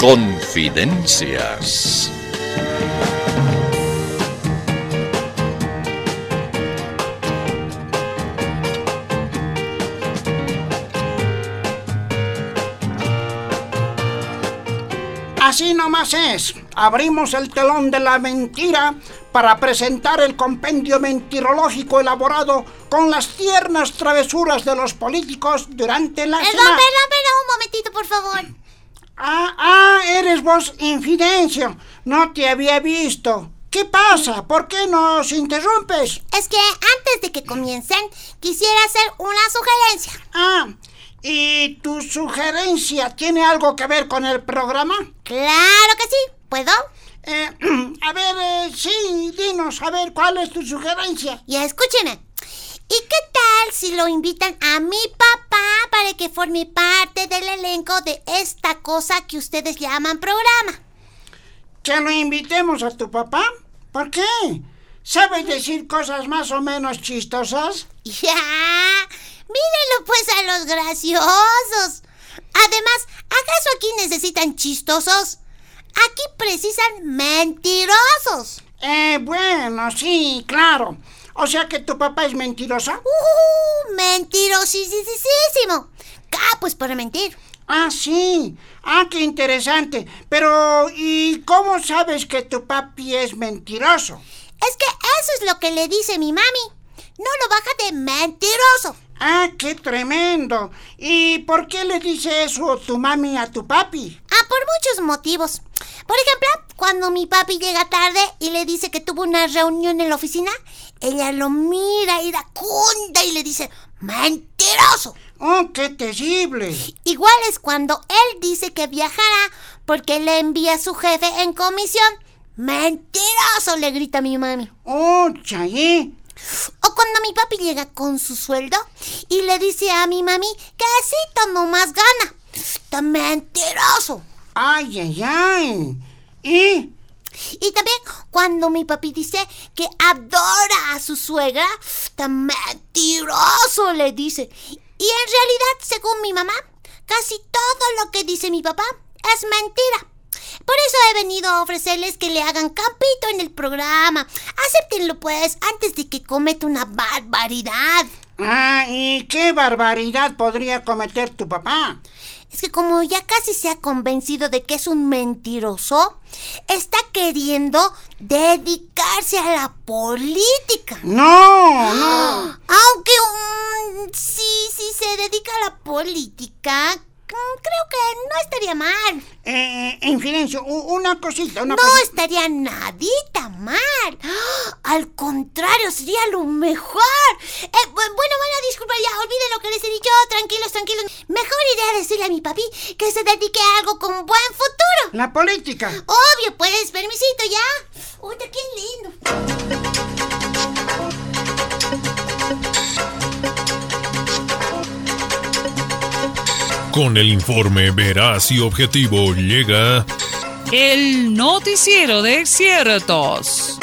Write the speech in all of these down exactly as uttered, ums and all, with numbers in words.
Confidencias. Así nomás es. Abrimos el telón de la mentira para presentar el compendio mentirológico elaborado con las tiernas travesuras de los políticos durante la Perdón, semana. perdón, perdón, un momentito, por favor. Ah, ah, eres vos, Infidencio. No te había visto. ¿Qué pasa? ¿Por qué nos interrumpes? Es que antes de que comiencen, quisiera hacer una sugerencia. Ah, ¿y tu sugerencia tiene algo que ver con el programa? Claro que sí. ¿Puedo? Eh, a ver, eh, sí, dinos, a ver, ¿cuál es tu sugerencia? Ya escúcheme. ¿Y qué tal si lo invitan a mi papá para que forme parte del elenco de esta cosa que ustedes llaman programa? ¿Que lo invitemos a tu papá? ¿Por qué? ¿Sabes decir cosas más o menos chistosas? Ya, mírenlo pues a los graciosos. Además, ¿acaso aquí necesitan chistosos? Aquí precisan mentirosos. Eh, bueno, sí, claro. O sea que tu papá es mentiroso. ¡Uh! Mentirosísimo. Capo es para mentir. Ah, sí. Ah, qué interesante. Pero, ¿y cómo sabes que tu papi es mentiroso? Es que eso es lo que le dice mi mami. No lo baja de mentiroso. Ah, qué tremendo. ¿Y por qué le dice eso tu mami a tu papi? Ah, por muchos motivos. Por ejemplo, cuando mi papi llega tarde y le dice que tuvo una reunión en la oficina, ella lo mira iracunda y le dice, ¡mentiroso! ¡Oh, qué terrible! Igual es cuando él dice que viajará porque le envía a su jefe en comisión. ¡Mentiroso!, le grita mi mami. ¡Oh, Chayé! O cuando mi papi llega con su sueldo y le dice a mi mami que así nomás gana. ¡Está mentiroso! ¡Ay, ay, ay! ¿Y? Y también cuando mi papi dice que adora a su suegra, tan mentiroso, le dice. Y en realidad, según mi mamá, casi todo lo que dice mi papá es mentira. Por eso he venido a ofrecerles que le hagan campito en el programa. Acéptenlo pues, antes de que cometa una barbaridad. Ah, ¿y qué barbaridad podría cometer tu papá? Es que como ya casi se ha convencido de que es un mentiroso, está queriendo dedicarse a la política. ¡No, no! Aunque um, sí, sí se dedica a la política, creo que no estaría mal. Eh, Infidencio, una cosita, una No cosita. estaría nadita mal. Al contrario, sería lo mejor. Eh, bueno, bueno, disculpa, ya olviden lo que les he dicho. Tranquilos, tranquilos. Mejor idea decirle a mi papi que se dedique a algo con buen futuro. La política. Obvio, pues, permisito, ¿ya? Uy, qué lindo. Con el informe veraz y objetivo llega el noticiero de ciertos.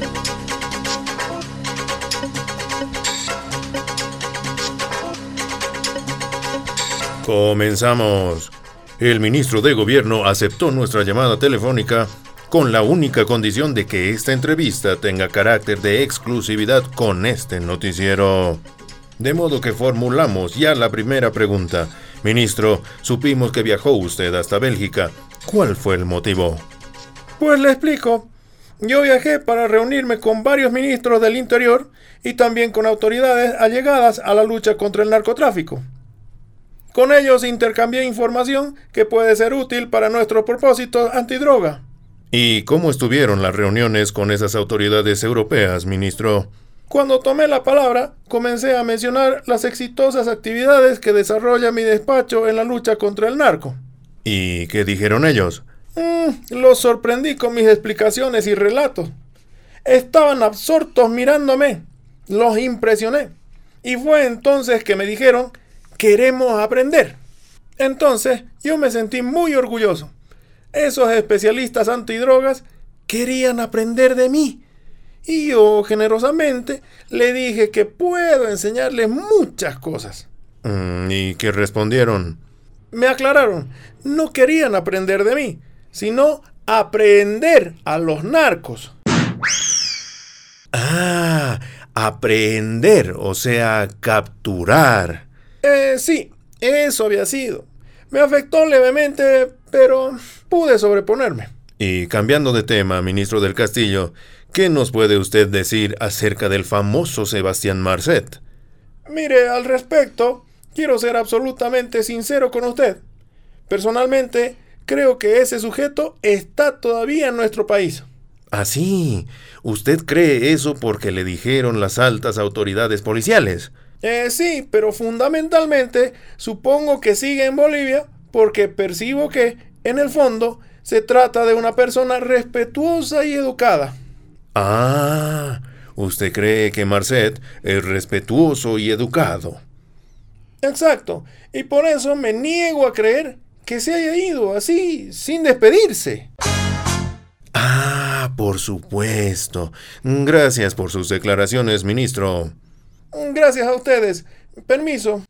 Comenzamos. El ministro de Gobierno aceptó nuestra llamada telefónica con la única condición de que esta entrevista tenga carácter de exclusividad con este noticiero. De modo que formulamos ya la primera pregunta. Ministro, supimos que viajó usted hasta Bélgica. ¿Cuál fue el motivo? Pues le explico. Yo viajé para reunirme con varios ministros del Interior y también con autoridades allegadas a la lucha contra el narcotráfico. Con ellos intercambié información que puede ser útil para nuestros propósitos antidroga. ¿Y cómo estuvieron las reuniones con esas autoridades europeas, ministro? Cuando tomé la palabra, comencé a mencionar las exitosas actividades que desarrolla mi despacho en la lucha contra el narco. ¿Y qué dijeron ellos? Mm, los sorprendí con mis explicaciones y relatos. Estaban absortos mirándome. Los impresioné. Y fue entonces que me dijeron, queremos aprender. Entonces yo me sentí muy orgulloso. Esos especialistas antidrogas querían aprender de mí. Y yo generosamente le dije que puedo enseñarles muchas cosas. ¿Y qué respondieron? Me aclararon, no querían aprender de mí, sino aprehender a los narcos. Ah, aprehender, o sea, capturar. Eh, sí, eso había sido. Me afectó levemente, pero pude sobreponerme. Y cambiando de tema, ministro del Castillo, ¿qué nos puede usted decir acerca del famoso Sebastián Marcet? Mire, al respecto, quiero ser absolutamente sincero con usted. Personalmente, creo que ese sujeto está todavía en nuestro país. ¿Ah, sí? ¿Usted cree eso porque le dijeron las altas autoridades policiales? Eh, sí, pero fundamentalmente supongo que sigue en Bolivia porque percibo que, en el fondo, se trata de una persona respetuosa y educada. Ah, ¿usted cree que Marcet es respetuoso y educado? Exacto, y por eso me niego a creer que se haya ido así, sin despedirse. Ah, por supuesto. Gracias por sus declaraciones, ministro. Gracias a ustedes. Permiso.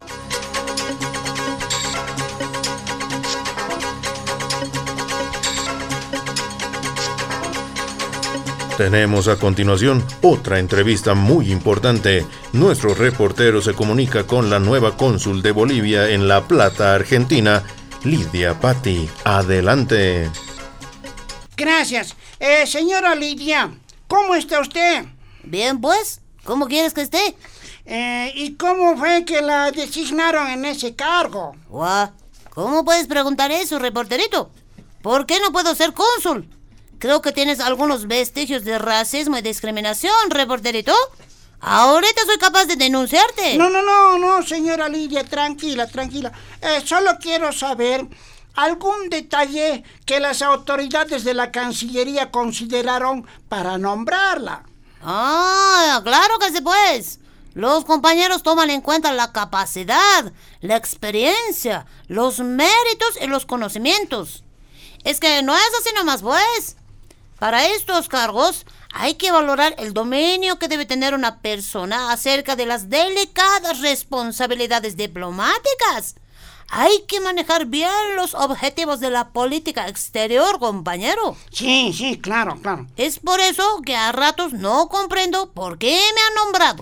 Tenemos a continuación otra entrevista muy importante. Nuestro reportero se comunica con la nueva cónsul de Bolivia en La Plata, Argentina, Lidia Patti. Adelante. Gracias. Eh, señora Lidia, ¿cómo está usted? Bien, pues, ¿cómo quieres que esté? Eh, ¿Y cómo fue que la designaron en ese cargo? Guau, ¿cómo puedes preguntar eso, reporterito? ¿Por qué no puedo ser cónsul? Creo que tienes algunos vestigios de racismo y discriminación, reporterito. Ahorita soy capaz de denunciarte. No, no, no, no, señora Lidia, tranquila, tranquila. Eh, solo quiero saber algún detalle que las autoridades de la Cancillería consideraron para nombrarla. Ah, claro que sí, pues. Los compañeros toman en cuenta la capacidad, la experiencia, los méritos y los conocimientos. Es que no es así nomás, pues. Para estos cargos hay que valorar el dominio que debe tener una persona acerca de las delicadas responsabilidades diplomáticas. Hay que manejar bien los objetivos de la política exterior, compañero. Sí, sí, claro, claro. Es por eso que a ratos no comprendo por qué me han nombrado.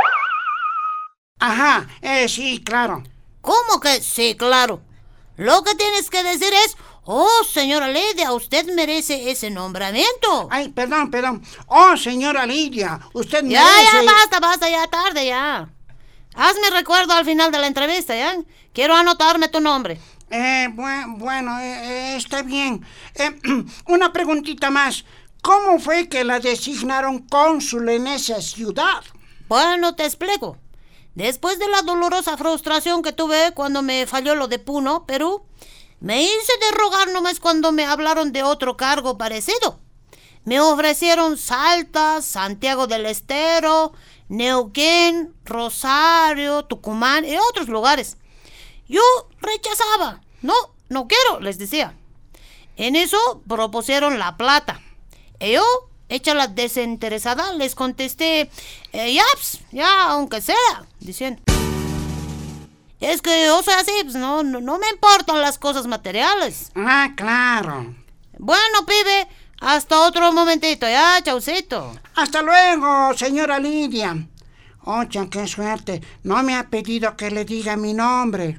Ajá, eh, sí, claro. ¿Cómo que sí, claro? Lo que tienes que decir es: oh, señora Lidia, usted merece ese nombramiento. Ay, perdón, perdón. Oh, señora Lidia, usted Ya, merece... ya, basta, basta, ya tarde, ya. Hazme recuerdo al final de la entrevista, ¿ya? Quiero anotarme tu nombre. Eh, bu- bueno, eh, eh, está bien. Eh, una preguntita más. ¿Cómo fue que la designaron cónsul en esa ciudad? Bueno, te explico. Después de la dolorosa frustración que tuve cuando me falló lo de Puno, Perú, me hice de rogar nomás cuando me hablaron de otro cargo parecido. Me ofrecieron Salta, Santiago del Estero, Neuquén, Rosario, Tucumán y otros lugares. Yo rechazaba. No, no quiero, les decía. En eso propusieron La Plata. Y yo, hecha la desinteresada, les contesté, eh, ya, pues, ya, aunque sea, diciendo. Es que yo soy así, pues, no, no, no me importan las cosas materiales. Ah, claro. Bueno, pibe, hasta otro momentito, ya, chaucito. Hasta luego, señora Lidia. Ocha, qué suerte. No me ha pedido que le diga mi nombre.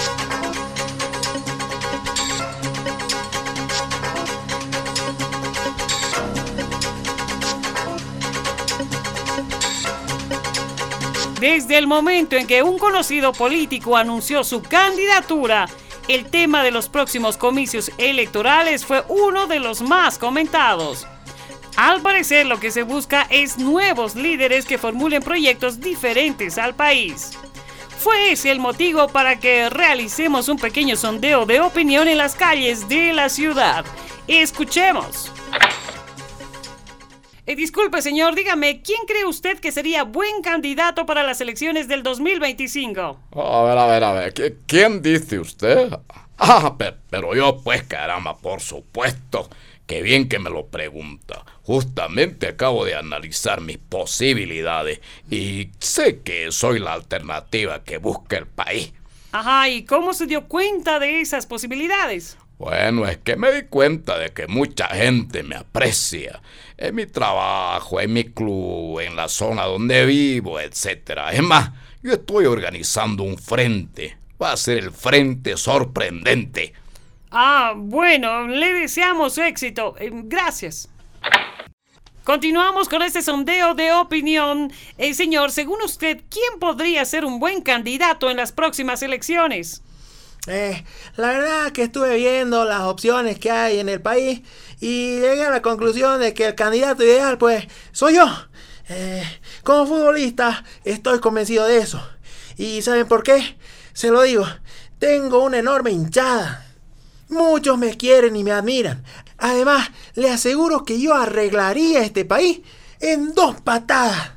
Desde el momento en que un conocido político anunció su candidatura, el tema de los próximos comicios electorales fue uno de los más comentados. Al parecer, lo que se busca es nuevos líderes que formulen proyectos diferentes al país. Fue ese el motivo para que realicemos un pequeño sondeo de opinión en las calles de la ciudad. Escuchemos. Eh, disculpe, señor, dígame, ¿quién cree usted que sería buen candidato para las elecciones del dos mil veinticinco? A ver, a ver, a ver, ¿qui- ¿quién dice usted? Ah, pe- pero yo, pues, caramba, por supuesto. Qué bien que me lo pregunta. Justamente acabo de analizar mis posibilidades y sé que soy la alternativa que busca el país. Ajá, ¿y cómo se dio cuenta de esas posibilidades? Bueno, es que me di cuenta de que mucha gente me aprecia en mi trabajo, en mi club, en la zona donde vivo, etcétera. Es más, yo estoy organizando un frente. Va a ser el Frente Sorprendente. Ah, bueno, le deseamos éxito. Eh, gracias. Continuamos con este sondeo de opinión. Eh, señor, según usted, ¿quién podría ser un buen candidato en las próximas elecciones? Eh, la verdad que estuve viendo las opciones que hay en el país y llegué a la conclusión de que el candidato ideal, pues, soy yo. Eh, como futbolista, estoy convencido de eso. ¿Y saben por qué? Se lo digo, tengo una enorme hinchada. Muchos me quieren y me admiran. Además, le aseguro que yo arreglaría este país en dos patadas.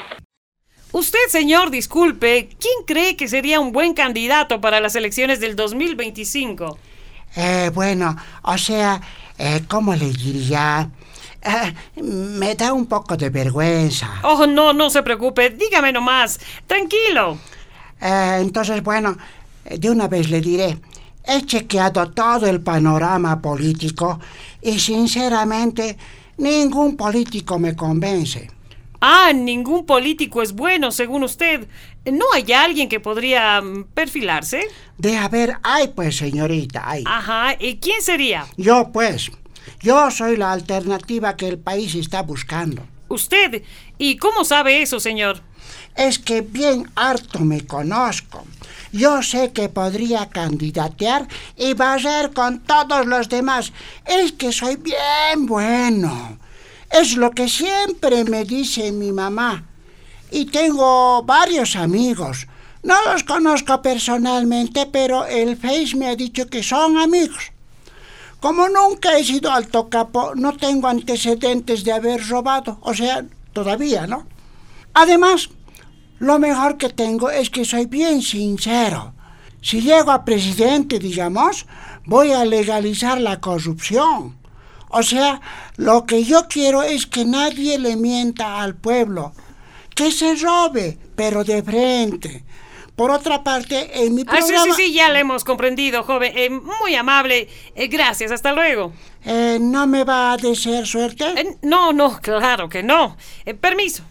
Usted, señor, disculpe, ¿quién cree que sería un buen candidato para las elecciones del dos mil veinticinco? Eh, bueno, o sea, eh, ¿cómo le diría? Eh, me da un poco de vergüenza. Oh, no, no se preocupe, dígame nomás, tranquilo. Eh, entonces, bueno, de una vez le diré, he chequeado todo el panorama político y sinceramente ningún político me convence. Ah, ningún político es bueno, según usted. ¿No hay alguien que podría um, perfilarse? De haber, hay pues, señorita, hay. Ajá, ¿y quién sería? Yo pues, yo soy la alternativa que el país está buscando. ¿Usted? ¿Y cómo sabe eso, señor? Es que bien harto me conozco. Yo sé que podría candidatear y barrer con todos los demás. Es que soy bien bueno. Es lo que siempre me dice mi mamá. Y tengo varios amigos. No los conozco personalmente, pero el Face me ha dicho que son amigos. Como nunca he sido alto capo, no tengo antecedentes de haber robado. O sea, todavía, ¿no? Además, lo mejor que tengo es que soy bien sincero. Si llego a presidente, digamos, voy a legalizar la corrupción. O sea, lo que yo quiero es que nadie le mienta al pueblo. Que se robe, pero de frente. Por otra parte, en mi programa... Ah, sí, sí, sí, ya le hemos comprendido, joven. Eh, muy amable. Eh, gracias, hasta luego. Eh, ¿No me va a desear suerte? Eh, no, no, claro que no. Eh, permiso.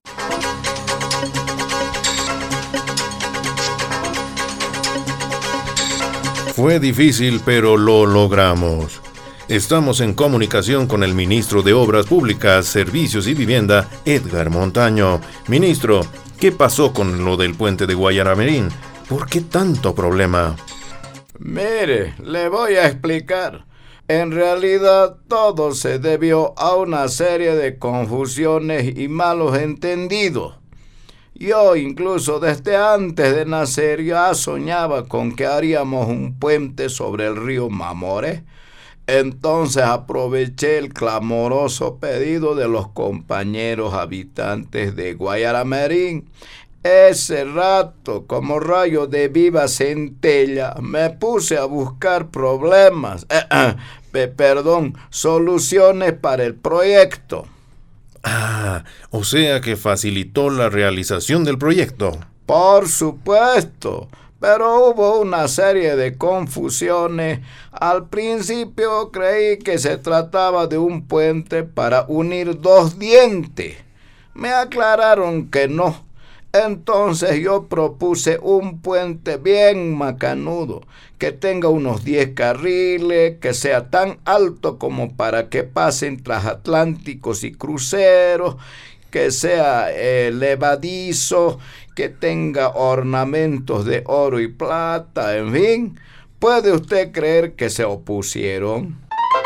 Fue difícil, pero lo logramos. Estamos en comunicación con el ministro de Obras Públicas, Servicios y Vivienda, Edgar Montaño. Ministro, ¿qué pasó con lo del puente de Guayaramerín? ¿Por qué tanto problema? Mire, le voy a explicar. En realidad, todo se debió a una serie de confusiones y malos entendidos. Yo, incluso desde antes de nacer, ya soñaba con que haríamos un puente sobre el río Mamoré. Entonces aproveché el clamoroso pedido de los compañeros habitantes de Guayaramerín. Ese rato, como rayo de viva centella, me puse a buscar problemas, eh, eh, perdón, soluciones para el proyecto. Ah, o sea que facilitó la realización del proyecto. Por supuesto. Pero hubo una serie de confusiones. Al principio creí que se trataba de un puente para unir dos dientes. Me aclararon que no. Entonces yo propuse un puente bien macanudo, que tenga unos diez carriles, que sea tan alto como para que pasen transatlánticos y cruceros, que sea eh, levadizo, que tenga ornamentos de oro y plata, en fin. ¿Puede usted creer que se opusieron?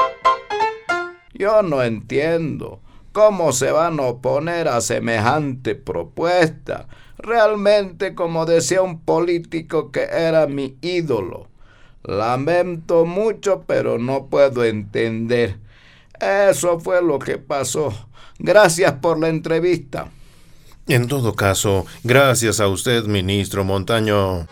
Yo no entiendo cómo se van a oponer a semejante propuesta. Realmente, como decía un político que era mi ídolo, lamento mucho, pero no puedo entender. Eso fue lo que pasó. Gracias por la entrevista. En todo caso, gracias a usted, ministro Montaño.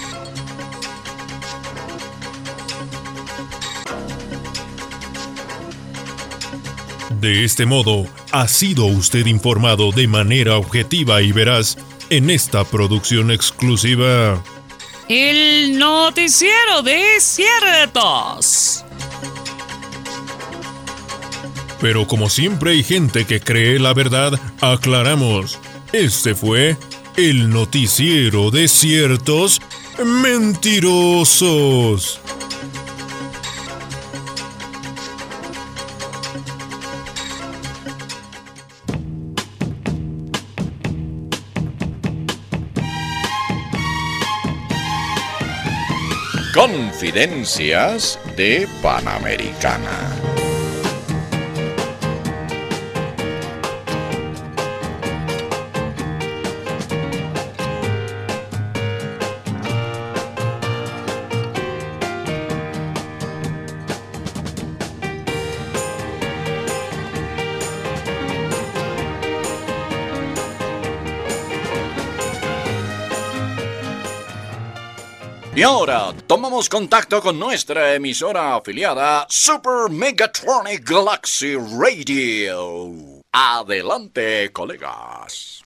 De este modo, ha sido usted informado de manera objetiva y veraz en esta producción exclusiva. El noticiero de ciertos. Pero como siempre hay gente que cree la verdad, aclaramos. Este fue el noticiero de ciertos mentirosos. Confidencias de Panamericana. Y ahora tomamos contacto con nuestra emisora afiliada Super Megatronic Galaxy Radio. Adelante, colegas.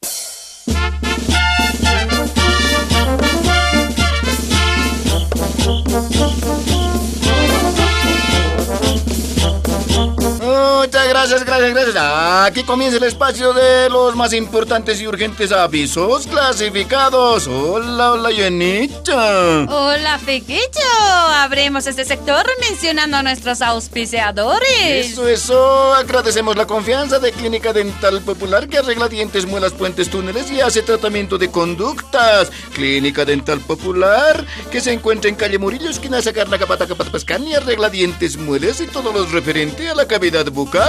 Muchas gracias, gracias, gracias. Aquí comienza el espacio de los más importantes y urgentes avisos clasificados. Hola, hola, Yenita. Hola, Fequillo. Abrimos este sector mencionando a nuestros auspiciadores. Eso, eso. Agradecemos la confianza de Clínica Dental Popular, que arregla dientes, muelas, puentes, túneles y hace tratamiento de conductas. Clínica Dental Popular, que se encuentra en calle Murillo, esquina Sacar la Capata Capatapascán, y arregla dientes, muelas y todo lo referente a la cavidad bucal.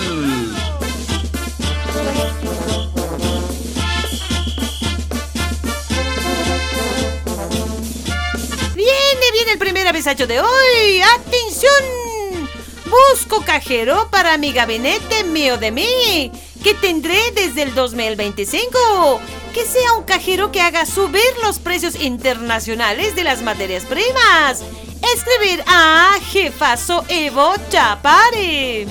Viene, viene el primer avisacho de hoy. ¡Atención! Busco cajero para mi gabinete mío de mí, que tendré desde el dos mil veinticinco. Que sea un cajero que haga subir los precios internacionales de las materias primas. Escribir a Jefazo Evo Chapare.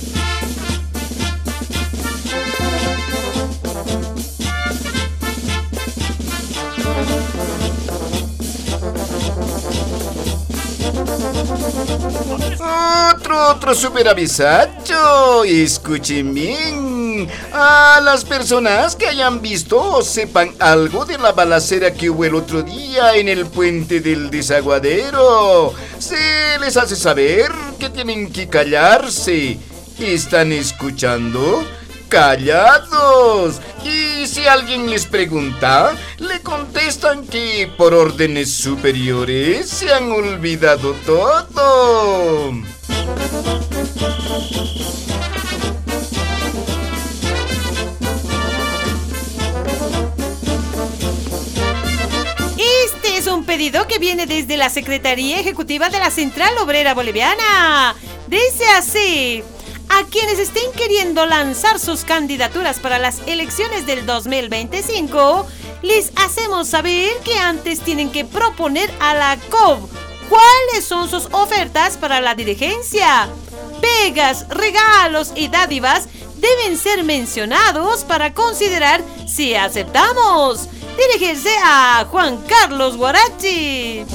Otro, otro super avisacho. Escuchen bien. A las personas que hayan visto o sepan algo de la balacera que hubo el otro día en el puente del Desaguadero, se les hace saber que tienen que callarse. ¿Están escuchando? ¡Callados! Y si alguien les pregunta, le contestan que por órdenes superiores se han olvidado todo. Este es un pedido que viene desde la Secretaría Ejecutiva de la Central Obrera Boliviana. Dice así: a quienes estén queriendo lanzar sus candidaturas para las elecciones del dos mil veinticinco, les hacemos saber que antes tienen que proponer a la C O B cuáles son sus ofertas para la dirigencia. Pegas, regalos y dádivas deben ser mencionados para considerar si aceptamos. Dirigirse a Juan Carlos Guarachi.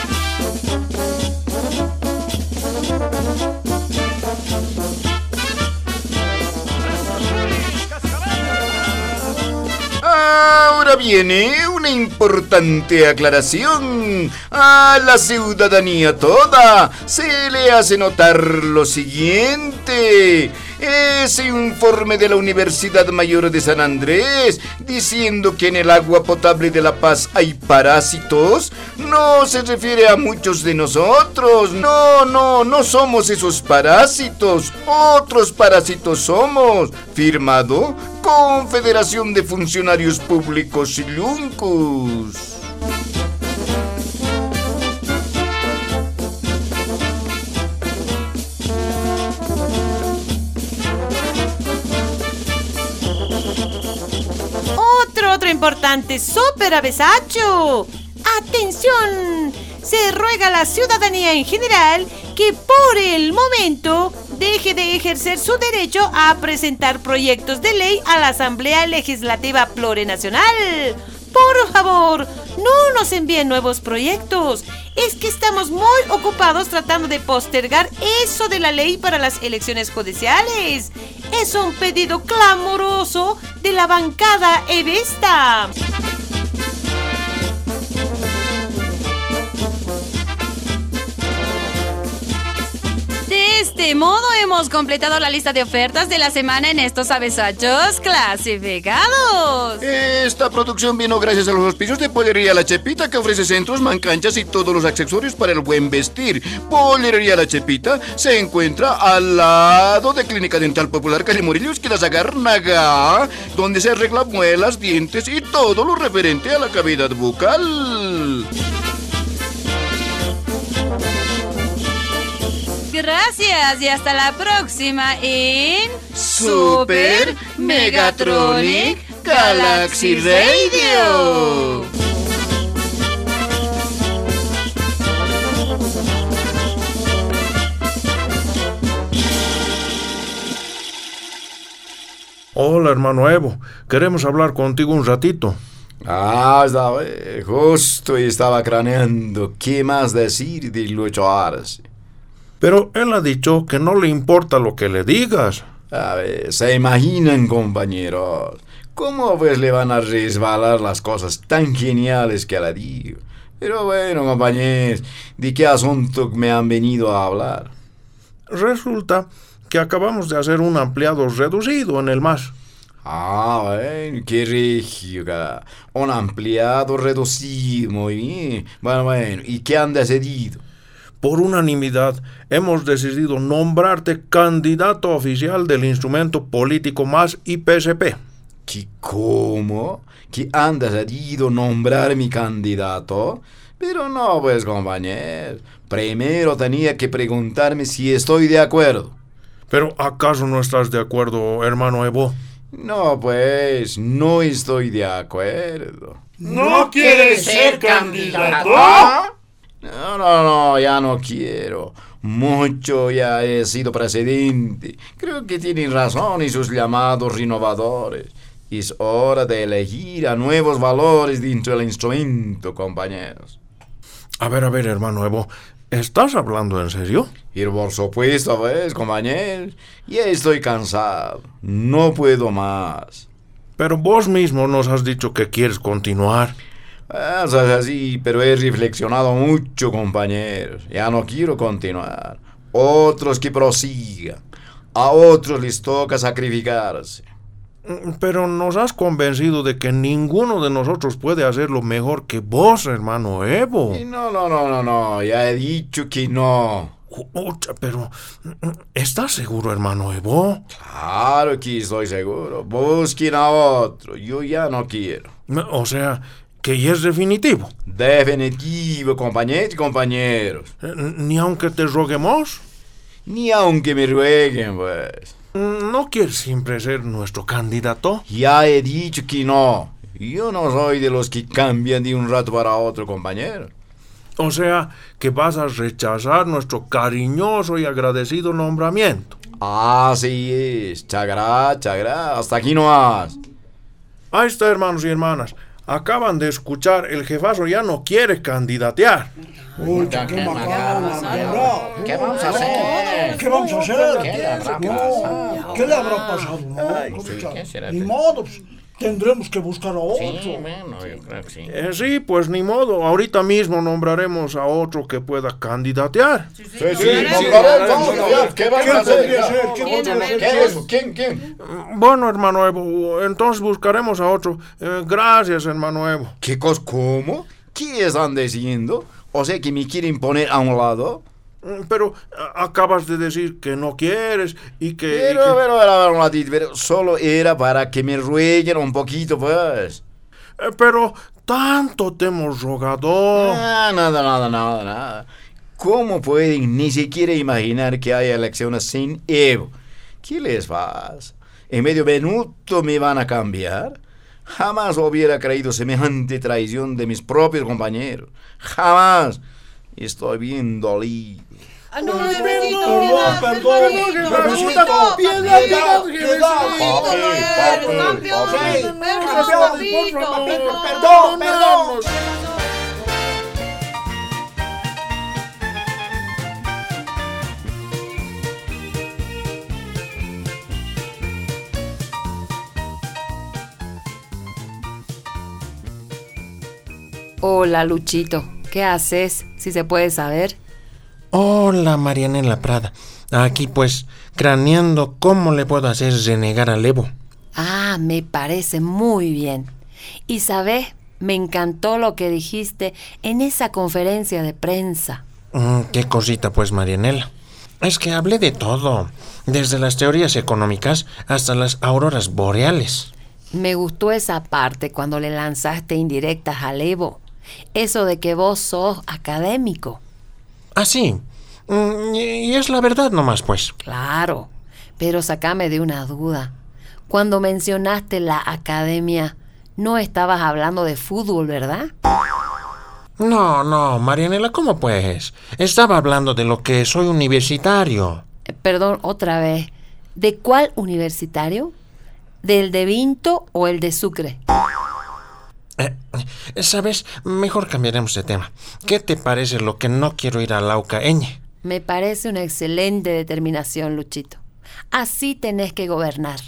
Ahora viene una importante aclaración. A la ciudadanía toda se le hace notar lo siguiente. Ese informe de la Universidad Mayor de San Andrés diciendo que en el agua potable de La Paz hay parásitos no se refiere a muchos de nosotros. No, no, no somos esos parásitos. Otros parásitos somos. Firmado Confederación de Funcionarios Públicos Iluncus. Otro, otro importante súper avisacho. ¡Atención! Se ruega a la ciudadanía en general que por el momento deje de ejercer su derecho a presentar proyectos de ley a la Asamblea Legislativa Plurinacional, Por favor, no nos envíen nuevos proyectos. Es que estamos muy ocupados tratando de postergar eso de la ley para las elecciones judiciales. Es un pedido clamoroso de la bancada evista. De este modo hemos completado la lista de ofertas de la semana en estos avesachos clasificados. Esta producción vino gracias a los auspicios de Pollería La Chepita, que ofrece centros, mancanchas y todos los accesorios para el buen vestir. Pollería La Chepita se encuentra al lado de Clínica Dental Popular Calle Murillo, esquina Zagarnaga, donde se arreglan muelas, dientes y todo lo referente a la cavidad bucal. Gracias y hasta la próxima en Super Megatronic Galaxy Radio. Hola, hermano Evo. Queremos hablar contigo un ratito. Ah, estaba, eh, justo estaba craneando qué más decir de Lucho Arce. Pero él ha dicho que no le importa lo que le digas. A ver, se imaginan, compañeros, cómo pues le van a resbalar las cosas tan geniales que le digo. Pero bueno, compañeros, ¿de qué asunto me han venido a hablar? Resulta que acabamos de hacer un ampliado reducido en el M A S. Ah, bueno, qué regio, cara. Un ampliado reducido, muy bien. Bueno, bueno, ¿y qué han decidido? Por unanimidad, hemos decidido nombrarte candidato oficial del instrumento político M A S y P S P. ¿Qué cómo? ¿Que han decidido nombrar mi candidato? Pero no, pues, compañero. Primero tenía que preguntarme si estoy de acuerdo. ¿Pero acaso no estás de acuerdo, hermano Evo? No, pues, no estoy de acuerdo. ¿No quieres ser candidato? No, no, no, ya no quiero. Mucho ya he sido presidente. Creo que tienen razón y sus llamados renovadores. Es hora de elegir a nuevos valores dentro del instrumento, compañeros. A ver, a ver, hermano Evo, ¿estás hablando en serio? Y por supuesto, pues, compañeros, ya estoy cansado. No puedo más. Pero vos mismo nos has dicho que quieres continuar. Ah, o sea, sí, pero he reflexionado mucho, compañeros. Ya no quiero continuar. Otros que prosigan. A otros les toca sacrificarse. Pero nos has convencido de que ninguno de nosotros puede hacerlo mejor que vos, hermano Evo. Y no, no, no, no, no. Ya he dicho que no. Ocha, pero ¿estás seguro, hermano Evo? Claro que estoy seguro. Busquen a otro. Yo ya no quiero. O sea, que ya es definitivo. Definitivo, compañeros y compañeros. ¿Ni aunque te roguemos? Ni aunque me rueguen, pues. ¿No quieres siempre ser nuestro candidato? Ya he dicho que no. Yo no soy de los que cambian de un rato para otro, compañero. O sea, que vas a rechazar nuestro cariñoso y agradecido nombramiento. Así es. Chagrá, chagrá. Hasta aquí no más. Ahí está, hermanos y hermanas. Acaban de escuchar, el jefazo ya no quiere candidatear. Uy, qué, qué macabra, ¿Qué vamos a hacer? ¿Qué vamos a hacer? ¿Qué le habrá No, pasado? ¿qué le habrá pasado? No, Ay, no, sí, o sea, ¿qué será? ni modo, pues, tendremos que buscar a otro. Sí, bueno, yo creo que sí. Eh, sí, pues ni modo. Ahorita mismo nombraremos a otro que pueda candidatear. Sí, sí, vamos, ¿qué vamos a hacer? ¿Qué podría ser? ¿Qué es? ¿Quién, quién? Bueno, hermano Evo, entonces buscaremos a otro. Eh, gracias, hermano Evo. ¿Qué cosa? ¿Cómo? ¿Qué están diciendo? O sea, que me quieren poner a un lado. Pero a- acabas de decir que no quieres y que... y Pero, que- pero, pero, un ratito, pero solo era para que me rueguen un poquito, pues. Eh, pero tanto te hemos rogado. Ah, nada, nada, nada, nada. ¿Cómo pueden ni siquiera imaginar que haya elecciones sin Evo? ¿Qué les pasa? ¿En medio minuto me van a cambiar? Jamás hubiera creído semejante traición de mis propios compañeros. Jamás. Estoy bien dolido. Ah, no, Perdón, jefecito, perdón, perdón, jefecito, piedad, piedad, jefecito. Perdón, perdón. Hola, Luchito. ¿Qué haces, si se puede saber? Hola, Marianela Prada. Aquí pues, craneando cómo le puedo hacer renegar al Evo. Ah, me parece muy bien. Y sabes, me encantó lo que dijiste en esa conferencia de prensa. Mm, qué cosita pues, Marianela. Es que hablé de todo, desde las teorías económicas hasta las auroras boreales. Me gustó esa parte cuando le lanzaste indirectas al Evo. Eso de que vos sos académico. Ah, sí. Mm, y es la verdad nomás, pues. Claro, pero sacame de una duda. Cuando mencionaste la academia, no estabas hablando de fútbol, ¿verdad? No, no, Marianela, ¿cómo pues? Estaba hablando de lo que soy universitario. Eh, perdón, otra vez. ¿De cuál universitario? ¿Del de Vinto o el de Sucre? Eh, ¿Sabes? Mejor cambiaremos de tema. ¿Qué te parece lo que no quiero ir a Laucaeñe? Me parece una excelente determinación, Luchito. Así tenés que gobernar.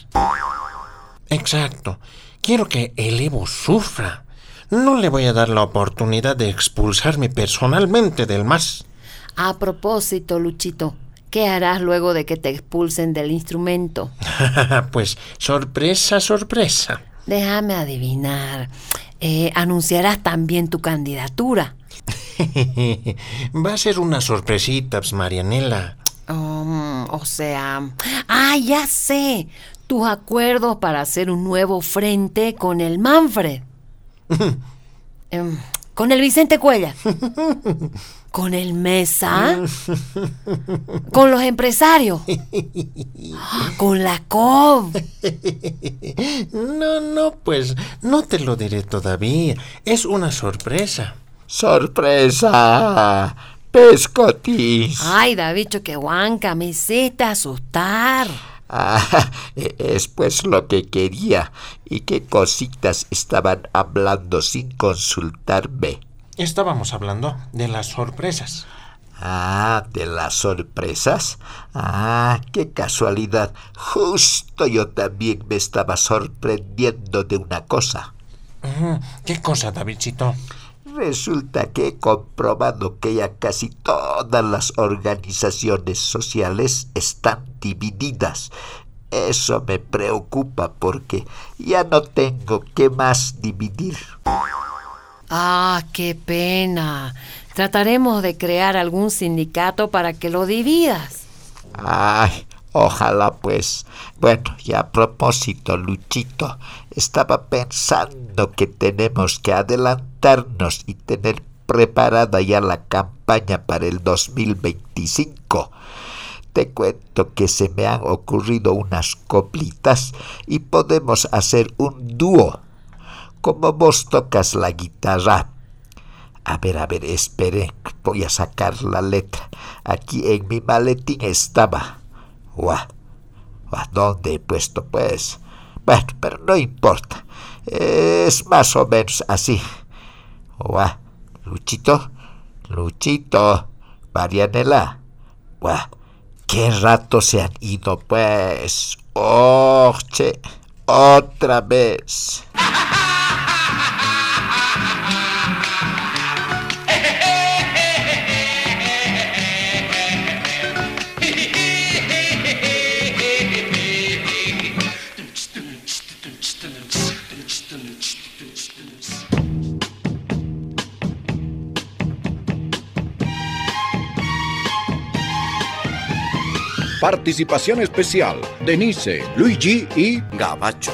Exacto. Quiero que el Evo sufra. No le voy a dar la oportunidad de expulsarme personalmente del M A S. A propósito, Luchito, ¿qué harás luego de que te expulsen del instrumento? Pues sorpresa, sorpresa. Déjame adivinar. Eh, anunciarás también tu candidatura. Va a ser una sorpresita, Marianela. Um, o sea... ¡Ah, ya sé! Tus acuerdos para hacer un nuevo frente con el Manfred. um, con el Vicente Cuellar. ¿Con el Mesa? ¿Con los empresarios? ¿Con la C O B? No, no, pues no te lo diré todavía. Es una sorpresa. ¡Sorpresa! ¡Pescotis! Ay, Davicho, que guanca, me hiciste asustar. Ah, es pues lo que quería. ¿Y qué cositas estaban hablando sin consultarme? Estábamos hablando de las sorpresas. Ah, ¿de las sorpresas? Ah, qué casualidad. Justo yo también me estaba sorprendiendo de una cosa. ¿Qué cosa, Davidcito? Resulta que he comprobado que ya casi todas las organizaciones sociales están divididas. Eso me preocupa porque ya no tengo qué más dividir. Ah, qué pena. Trataremos de crear algún sindicato para que lo dividas. Ay, ojalá pues. Bueno, y a propósito, Luchito, estaba pensando que tenemos que adelantarnos y tener preparada ya la campaña para el dos mil veinticinco. Te cuento que se me han ocurrido unas coplitas y podemos hacer un dúo. Como vos tocas la guitarra. A ver, a ver, esperen, voy a sacar la letra. Aquí en mi maletín estaba. Guau, guau, ¿dónde he puesto pues? Bueno, pero no importa. Es más o menos así. Guau, Luchito, Luchito, Marianela. Guau, qué rato se han ido pues. Oh, che, otra vez. Participación especial: Denise, Luigi y Gabacho.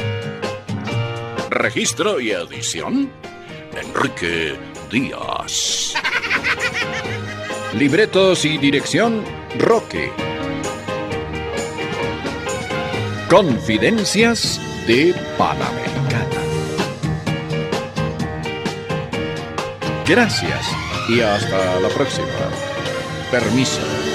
Registro y edición: Enrique Díaz. Libretos y dirección: Roque. Confidencias de Panamericana. Gracias y hasta la próxima. permiso.